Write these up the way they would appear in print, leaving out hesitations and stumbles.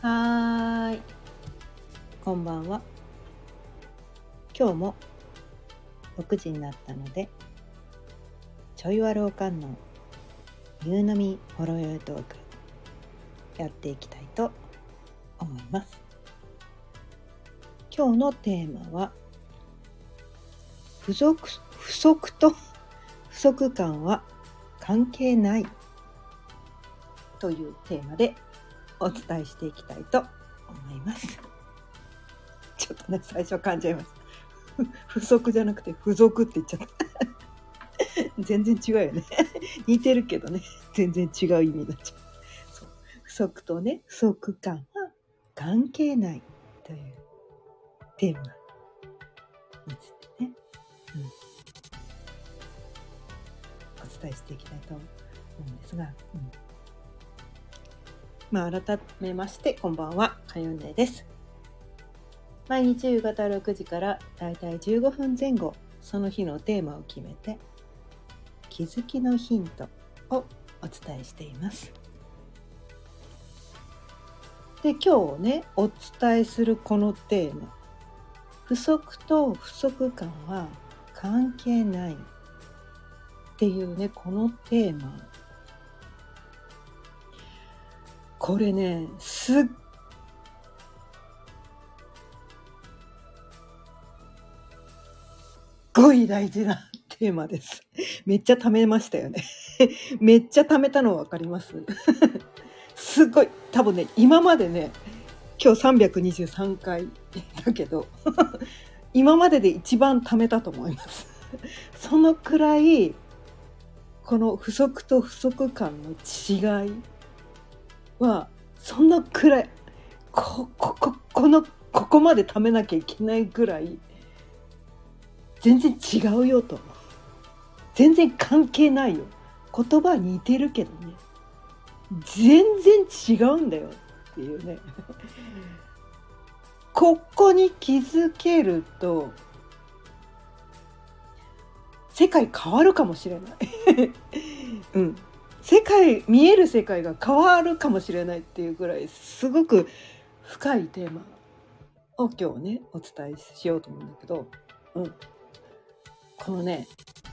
はーい、こんばんは。今日も6時になったので、ちょいわるおかんの夕飲みほろよいトークやっていきたいと思います。今日のテーマは不足と不足感は関係ないというテーマでお伝えしていきたいと思います。ちょっとね、最初噛んじゃいました。不足じゃなくて付属って言っちゃった全然違うよね似てるけどね、全然違う意味になっちゃう。そう、不足とね、不足感は関係ないというテーマについてね、お伝えしていきたいと思うんですが、改めましてこんばんは、かよねです。毎日夕方6時からだいたい15分前後、その日のテーマを決めて気づきのヒントをお伝えしています。で、今日ね、お伝えするこのテーマ、不足と不足感は関係ないっていうね、このテーマ、これね、すっごい大事なテーマです。めっちゃ貯めましたよねめっちゃ貯めたの分かりますすごい、多分ね、今までね、今日323回だけど今までで一番貯めたと思いますそのくらいこの不足と不足感の違いはそのくらいここまで貯めなきゃいけないぐらい全然違うよと、全然関係ないよ、言葉似てるけどね、全然違うんだよっていうねここに気づけると世界変わるかもしれない見える世界が変わるかもしれないっていうぐらいすごく深いテーマを今日ねお伝えしようと思うんだけど、このね、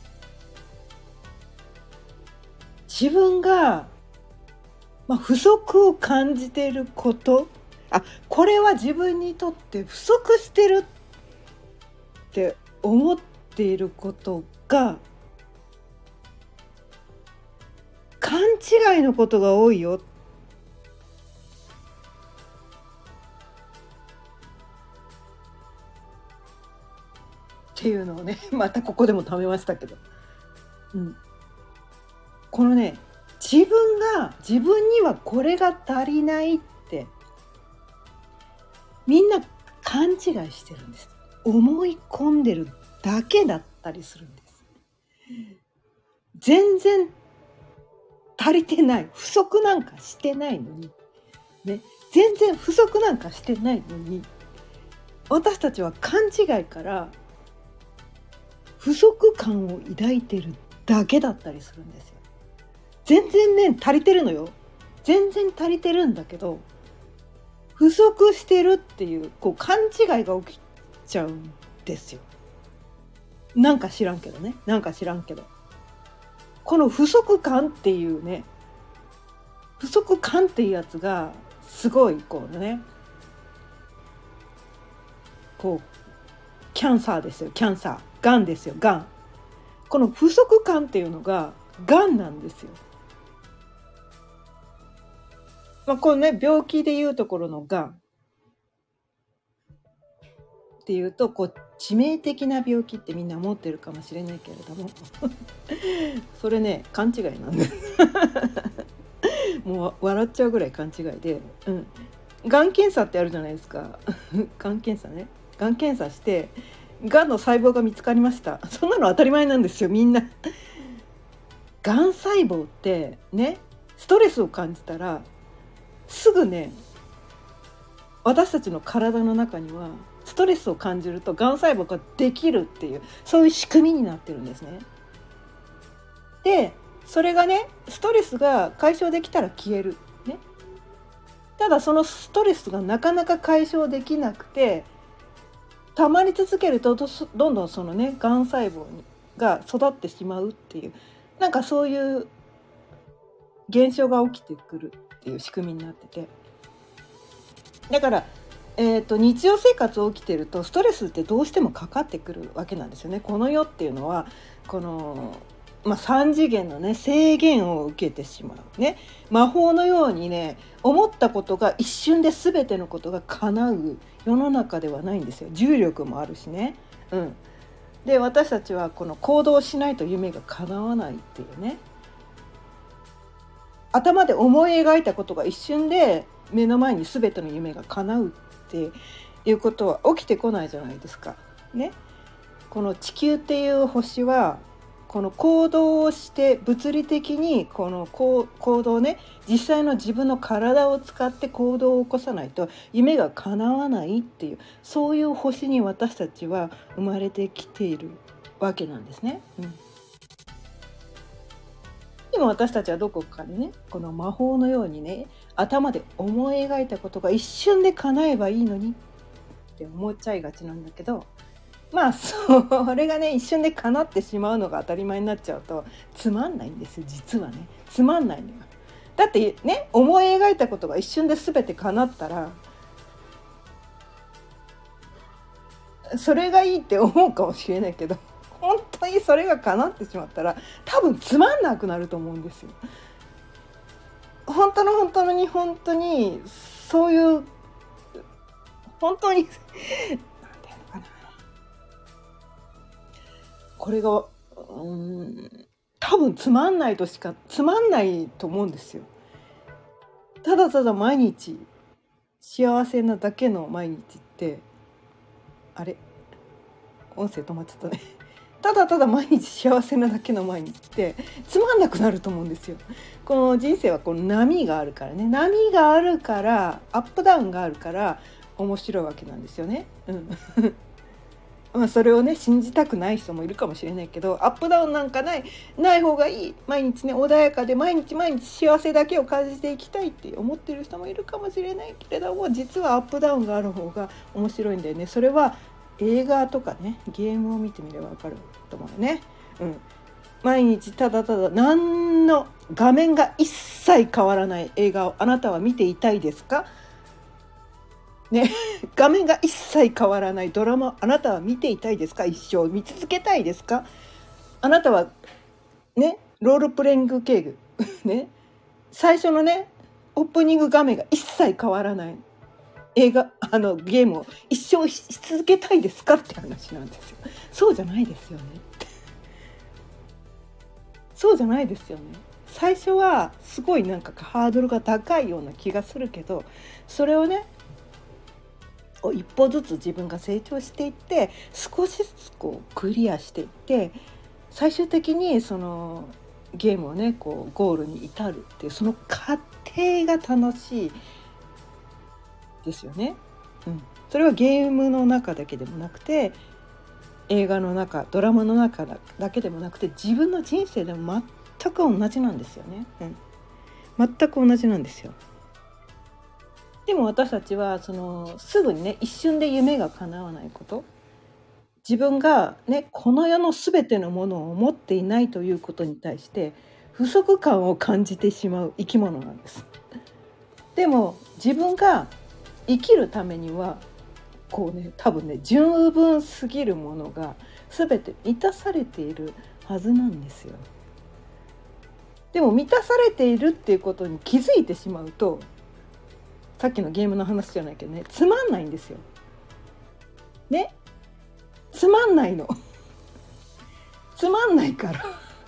自分が、不足を感じていること、これは自分にとって不足してるって思っていることが勘違いのことが多いよっていうのをね、またここでも貯めましたけど、このね、自分にはこれが足りないってみんな勘違いしてるんです。思い込んでるだけだったりするんです。全然足りてない、不足なんかしてないのにね、全然不足なんかしてないのに、私たちは勘違いから不足感を抱いてるだけだったりするんですよ。全然ね、足りてるのよ。全然足りてるんだけど、不足してるっていう、勘違いが起きちゃうんですよ。なんか知らんけど。この不足感っていうね、不足感っていうやつがすごいキャンサーですよ、がんですよ、がん。この不足感っていうのががんなんですよ。このね、病気でいうところのがんっていうと、致命的な病気ってみんな思ってるかもしれないけれどもそれね、勘違いなんでもう笑っちゃうぐらい勘違いで、がん検査ってあるじゃないですかがん検査ね、がん検査してがんの細胞が見つかりました。そんなの当たり前なんですよ、みんながん細胞ってね、ストレスを感じたらすぐね、私たちの体の中にはストレスを感じるとがん細胞ができるっていう、そういう仕組みになってるんですね。で、それがね、ストレスが解消できたら消えるね。 ただそのストレスがなかなか解消できなくて、たまり続けるとどんどんそのねがん細胞が育ってしまうっていう、なんかそういう現象が起きてくるっていう仕組みになってて、だから、日常生活起きてるとストレスってどうしてもかかってくるわけなんですよね。この世っていうのはこの、3次元のね制限を受けてしまうね、魔法のようにね思ったことが一瞬で全てのことが叶う世の中ではないんですよ。重力もあるしね。で私たちはこの行動しないと夢が叶わないっていうね、頭で思い描いたことが一瞬で目の前に全ての夢が叶うっていうことは起きてこないじゃないですかね。この地球っていう星はこの行動をして物理的にこの行動をね、実際の自分の体を使って行動を起こさないと夢が叶わないっていう、そういう星に私たちは生まれてきているわけなんですね。でも私たちはどこかにねこの魔法のようにね頭で思い描いたことが一瞬で叶えばいいのにって思っちゃいがちなんだけど、それがね一瞬で叶ってしまうのが当たり前になっちゃうとつまんないんですよ。実はねつまんないのよ。だってね思い描いたことが一瞬で全て叶ったらそれがいいって思うかもしれないけど、本当にそれが叶ってしまったら多分つまんなくなると思うんですよ。本当にそういう本当になんていうのかな、これが多分つまんないと思うんですよ。ただただ毎日幸せなだけの毎日ってあれ音声止まっちゃったね。ただただ毎日幸せなだけの毎日ってつまんなくなると思うんですよ。この人生はこの波があるからね、波があるからアップダウンがあるから面白いわけなんですよね。それをね信じたくない人もいるかもしれないけど、アップダウンなんかない方がいい、毎日ね穏やかで毎日幸せだけを感じていきたいって思ってる人もいるかもしれないけれども、実はアップダウンがある方が面白いんだよね。それは映画とかねゲームを見てみれば分かると思うよね。毎日ただただ何の画面が一切変わらない映画をあなたは見ていたいですかね、画面が一切変わらないドラマあなたは見ていたいですか？一生見続けたいですか？あなたはねロールプレイングゲームね、最初のねオープニング画面が一切変わらないゲームを一生し続けたいですかって話なんですよ。そうじゃないですよね。そうじゃないですよね。最初はすごいなんかハードルが高いような気がするけど、それをね一歩ずつ自分が成長していって少しずつこうクリアしていって、最終的にそのゲームをねこうゴールに至るっていうその過程が楽しいですよね。それはゲームの中だけでもなくて映画の中ドラマの中だけでもなくて自分の人生でも全く同じなんですよね。全く同じなんですよ。でも私たちはすぐにね一瞬で夢が叶わないこと、自分がねこの世の全てのものを持っていないということに対して不足感を感じてしまう生き物なんです。でも自分が生きるためにはこうね多分ね十分すぎるものが全て満たされているはずなんですよ。でも満たされているっていうことに気づいてしまうと、さっきのゲームの話じゃないけどねつまんないんですよね。つまんないのつまんないから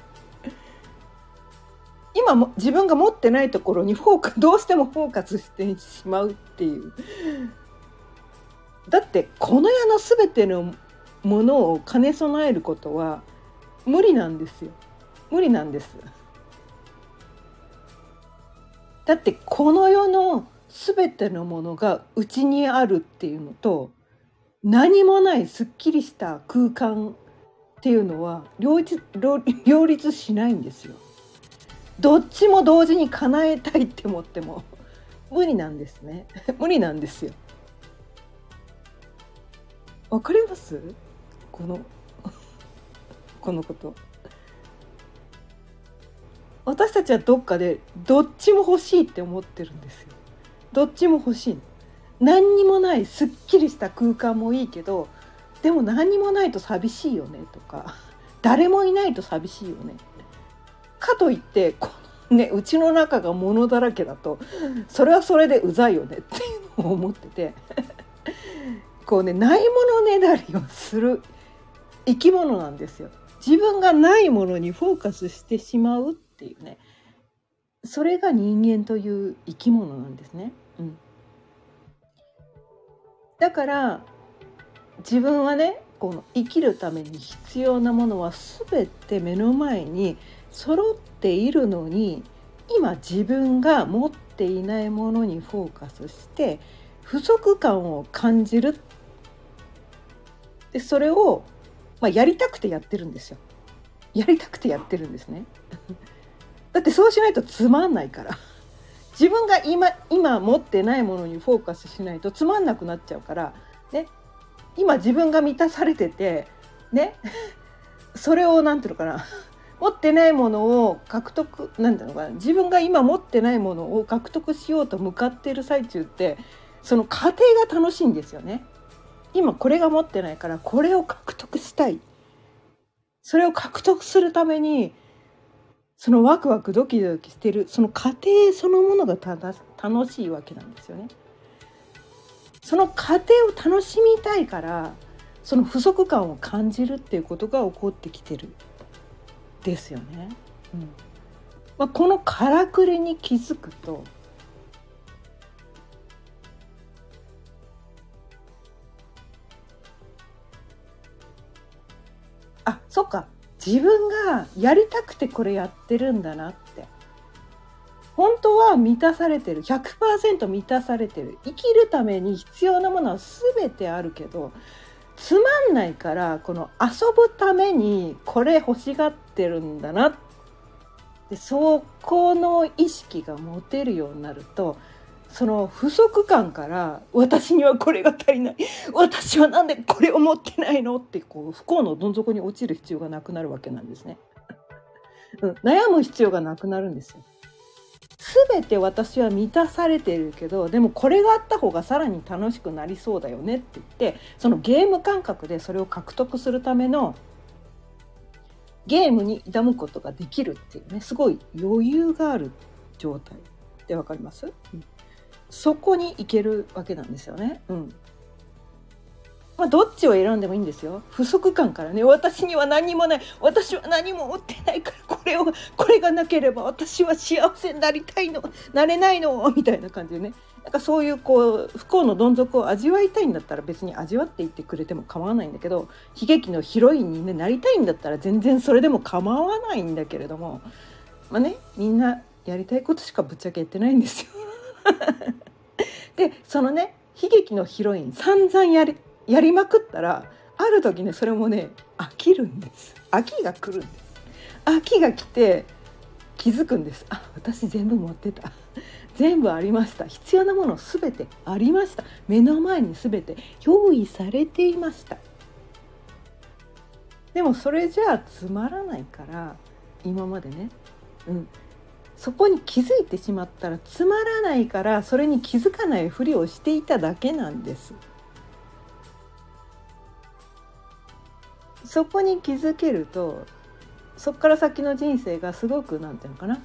今も自分が持ってないところにどうしてもフォーカスしてしまうっていう。だってこの世の全てのものを兼ね備えることは無理なんですよ。無理なんです。だってこの世の全てのものがうちにあるっていうのと何もないすっきりした空間っていうのは両立しないんですよ。どっちも同時に叶えたいって思っても無理なんですね。無理なんですよ。わかります？このこのこと。私たちはどっかでどっちも欲しいって思ってるんですよ。どっちも欲しい。何にもないすっきりした空間もいいけど、でも何にもないと寂しいよねとか、誰もいないと寂しいよね。かといってうちの中が物だらけだとそれはそれでうざいよねっていうのを思ってて、ないものねだりをする生き物なんですよ。自分がないものにフォーカスしてしまうっていうね、それが人間という生き物なんですね。だから自分はね、この生きるために必要なものは全て目の前に揃っているのに、今自分が持っていないものにフォーカスして不足感を感じる。でそれを、やりたくてやってるんですよ。やりたくてやってるんですね。だってそうしないとつまんないから。自分が今持ってないものにフォーカスしないとつまんなくなっちゃうからね。今自分が満たされててね、それをなんていうのかな、持ってないものを獲得、なんていうのかな、自分が今持ってないものを獲得しようと向かっている最中って、その過程が楽しいんですよね。今これが持ってないからこれを獲得したい。それを獲得するためにそのワクワクドキドキしてるその過程そのものが楽しいわけなんですよね。その過程を楽しみたいからその不足感を感じるっていうことが起こってきてるですよね。このからくりに気づくと、そっか、自分がやりたくてこれやってるんだなって。本当は満たされてる、 100% 満たされてる。生きるために必要なものは全てあるけど、つまんないからこの遊ぶためにこれ欲しがってるんだなって、そこの意識が持てるようになると、その不足感から私にはこれが足りない、私はなんでこれを持ってないのって不幸のどん底に落ちる必要がなくなるわけなんですね。悩む必要がなくなるんですよ。全て私は満たされているけど、でもこれがあった方がさらに楽しくなりそうだよねって言って、そのゲーム感覚でそれを獲得するためのゲームに挑むことができるっていうね、すごい余裕がある状態ってわかります？そこに行けるわけなんですよね。どっちを選んでもいいんですよ。不足感からね、私には何もない、私は何も持ってないからこれがなければ私は幸せになりたいの、なれないのみたいな感じでね、なんかそういう不幸のどん底を味わいたいんだったら別に味わっていってくれても構わないんだけど、悲劇のヒロインに、なりたいんだったら全然それでも構わないんだけれども、みんなやりたいことしかぶっちゃけやってないんですよ。でそのね、悲劇のヒロイン散々やりまくったら、ある時ね、それもね飽きるんです。飽きが来るんです。飽きが来て気づくんです。私全部持ってた、全部ありました、必要なもの全てありました、目の前に全て用意されていました。でもそれじゃあつまらないから、今までね、そこに気づいてしまったらつまらないから、それに気づかないふりをしていただけなんです。そこに気づけると、そこから先の人生がすごくなんていうのかな、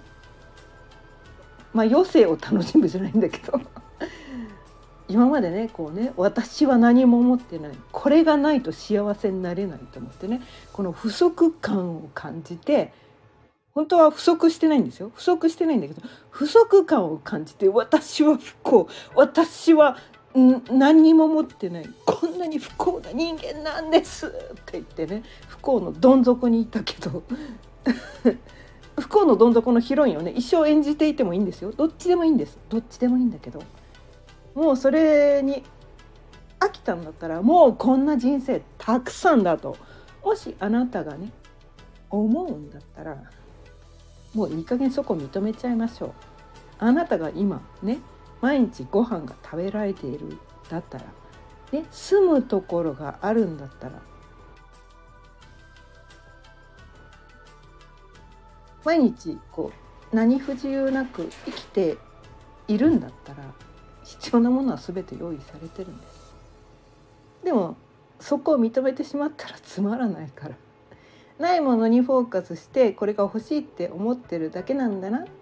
余生を楽しむじゃないんだけど今までね私は何も持ってない、これがないと幸せになれないと思ってね、この不足感を感じて、本当は不足してないんですよ、不足してないんだけど不足感を感じて、私は不幸、私は何にも持ってない、こんなに不幸な人間なんですって言ってね、不幸のどん底にいたけど不幸のどん底のヒロインをね一生演じていてもいいんですよ。どっちでもいいんです。どっちでもいいんだけど、もうそれに飽きたんだったら、もうこんな人生たくさんだと、もしあなたがね思うんだったら、もういい加減そこ認めちゃいましょう。あなたが今ね、 毎日ご飯が食べられているだったら、ね、住むところがあるんだったら、毎日何不自由なく生きているんだったら、必要なものは全て用意されてるんです。でもそこを認めてしまったらつまらないから、ないものにフォーカスして、これが欲しいって思ってるだけなんだな。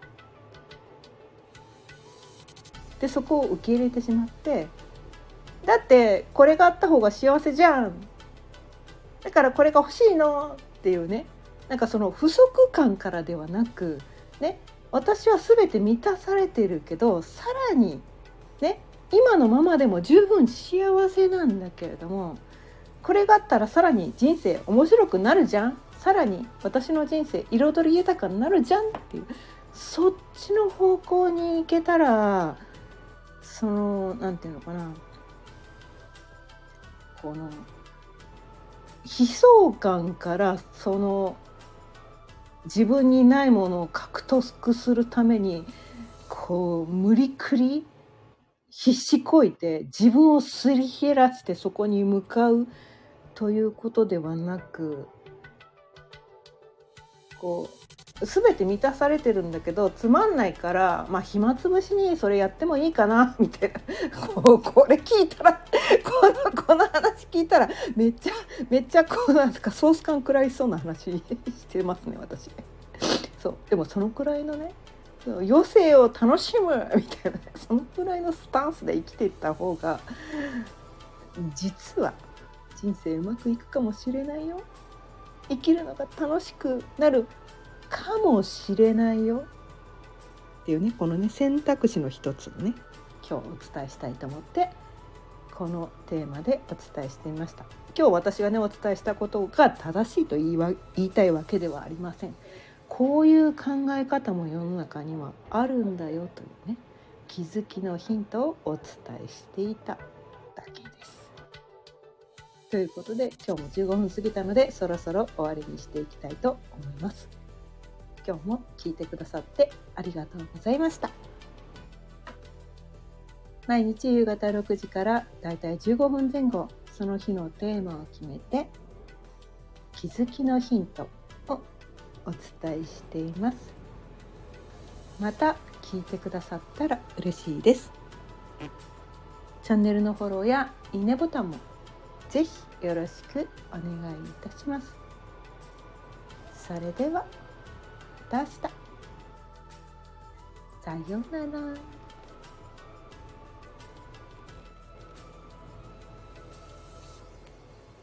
でそこを受け入れてしまって、だってこれがあった方が幸せじゃん、だからこれが欲しいのっていうね、なんかその不足感からではなくね、私は全て満たされてるけど、さらにね、今のままでも十分幸せなんだけれども、これがあったらさらに人生面白くなるじゃん、さらに私の人生彩り豊かになるじゃんっていう、そっちの方向に行けたら、そのなんていうのかな、この悲壮感から、その自分にないものを獲得するために無理くり必死こいて自分をすり減らしてそこに向かうということではなく、全て満たされてるんだけどつまんないから、暇つぶしにそれやってもいいかなみたいなこれ聞いたらこの話聞いたらめっちゃなんかソース感食らいそうな話してますね私。そうでもそのくらいのね、余生を楽しむみたいな、そのくらいのスタンスで生きていった方が実は人生うまくいくかもしれないよ、生きるのが楽しくなるかもしれないよっていうね、このね選択肢の一つをね今日お伝えしたいと思って、このテーマでお伝えしてみました。今日私がねお伝えしたことが正しいと言いたいわけではありません。こういう考え方も世の中にはあるんだよというね、気づきのヒントをお伝えしていただけです。ということで今日も15分過ぎたのでそろそろ終わりにしていきたいと思います。今日も聞いてくださってありがとうございました。毎日夕方6時からだいたい15分前後、その日のテーマを決めて気づきのヒントをお伝えしています。また聞いてくださったら嬉しいです。チャンネルのフォローやいいねボタンもぜひよろしくお願いいたします。それではまた明日。さようなら。